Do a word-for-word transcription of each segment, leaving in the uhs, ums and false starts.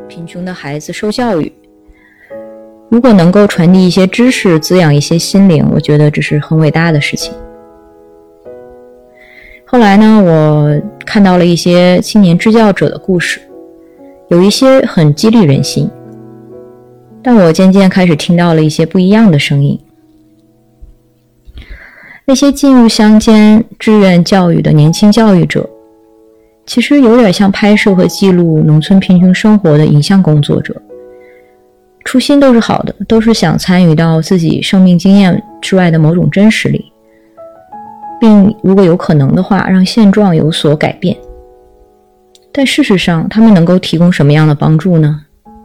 贫穷的孩子受教育。如果能够传递一些知识，滋养一些心灵，我觉得这是很伟大的事情。后来呢，我看到了一些青年支教者的故事，有一些很激励人心，但我渐渐开始听到了一些不一样的声音。那些进入乡间志愿教育的年轻教育者，其实有点像拍摄和记录农村贫穷生活的影像工作者，初心都是好的，都是想参与到自己生命经验之外的某种真实里，并如果有可能的话，让现状有所改变。但事实上，他们能够提供什么样的帮助呢？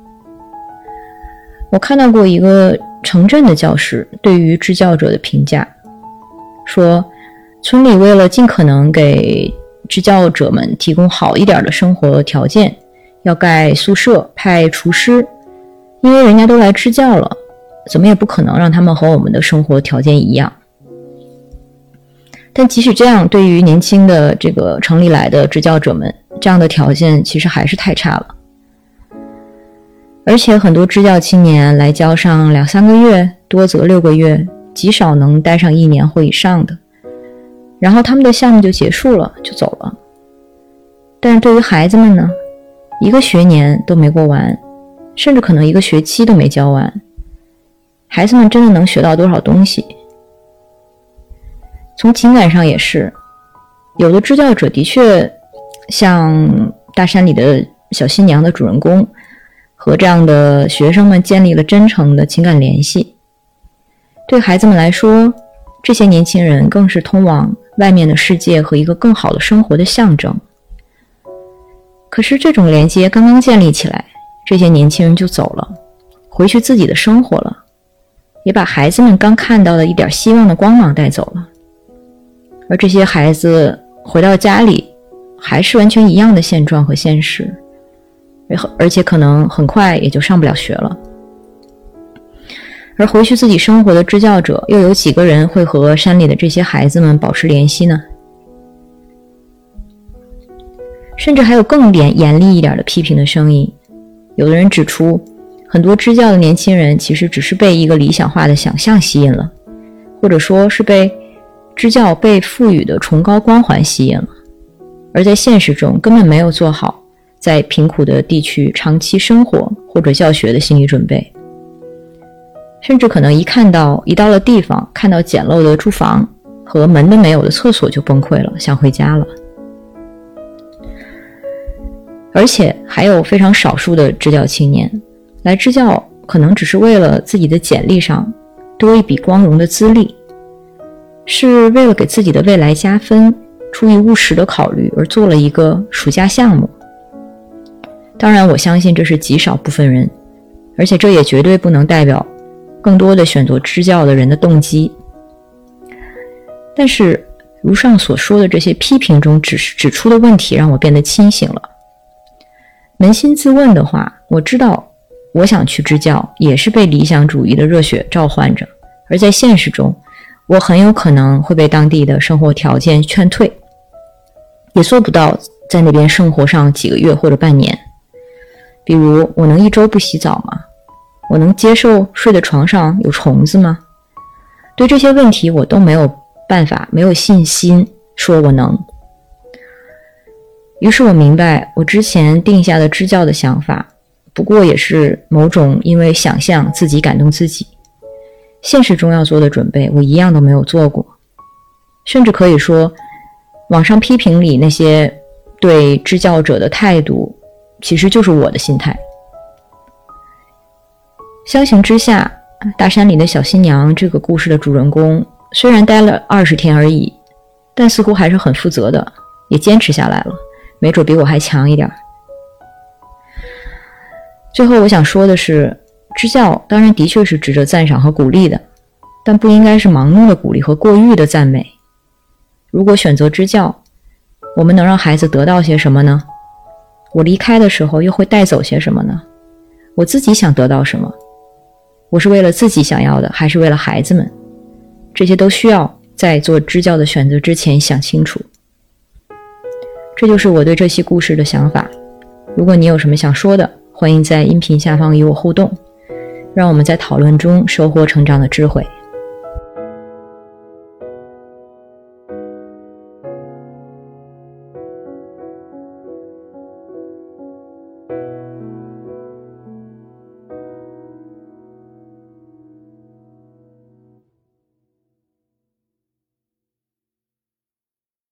我看到过一个城镇的教师对于支教者的评价，说村里为了尽可能给支教者们提供好一点的生活条件，要盖宿舍，派厨师，因为人家都来支教了，怎么也不可能让他们和我们的生活条件一样。但即使这样，对于年轻的这个城里来的支教者们，这样的条件其实还是太差了。而且很多支教青年来教上两三个月，多则六个月，极少能待上一年或以上的，然后他们的项目就结束了，就走了。但是对于孩子们呢，一个学年都没过完，甚至可能一个学期都没教完，孩子们真的能学到多少东西？从情感上也是，有的支教者的确像大山里的小新娘的主人公，和这样的学生们建立了真诚的情感联系。对孩子们来说，这些年轻人更是通往外面的世界和一个更好的生活的象征。可是这种连接刚刚建立起来，这些年轻人就走了，回去自己的生活了，也把孩子们刚看到的一点希望的光芒带走了。而这些孩子回到家里，还是完全一样的现状和现实，而且可能很快也就上不了学了。而回去自己生活的支教者，又有几个人会和山里的这些孩子们保持联系呢？甚至还有更严严厉一点的批评的声音，有的人指出，很多支教的年轻人其实只是被一个理想化的想象吸引了，或者说是被支教被赋予的崇高光环吸引了，而在现实中根本没有做好在贫苦的地区长期生活或者教学的心理准备，甚至可能一看到一到了地方，看到简陋的住房和门都没有的厕所就崩溃了，想回家了。而且还有非常少数的支教青年来支教，可能只是为了自己的简历上多一笔光荣的资历，是为了给自己的未来加分，出于务实的考虑而做了一个暑假项目。当然我相信这是极少部分人，而且这也绝对不能代表更多的选择支教的人的动机。但是如上所说的这些批评中指指出的问题让我变得清醒了。扪心自问的话，我知道我想去支教也是被理想主义的热血召唤着，而在现实中我很有可能会被当地的生活条件劝退，也做不到在那边生活上几个月或者半年。比如我能一周不洗澡吗？我能接受睡的床上有虫子吗？对这些问题我都没有办法，没有信心说我能。于是我明白，我之前定下的支教的想法不过也是某种因为想象自己感动自己，现实中要做的准备我一样都没有做过。甚至可以说，网上批评里那些对支教者的态度其实就是我的心态。相形之下，大山里的小新娘这个故事的主人公虽然待了二十天而已，但似乎还是很负责的，也坚持下来了，没准比我还强一点。最后我想说的是，支教当然的确是值得赞赏和鼓励的，但不应该是盲目的鼓励和过誉的赞美。如果选择支教，我们能让孩子得到些什么呢？我离开的时候又会带走些什么呢？我自己想得到什么？我是为了自己想要的，还是为了孩子们？这些都需要在做支教的选择之前想清楚。这就是我对这期故事的想法。如果你有什么想说的， 欢迎在音频下方与我互动，让我们在讨论中收获成长的智慧。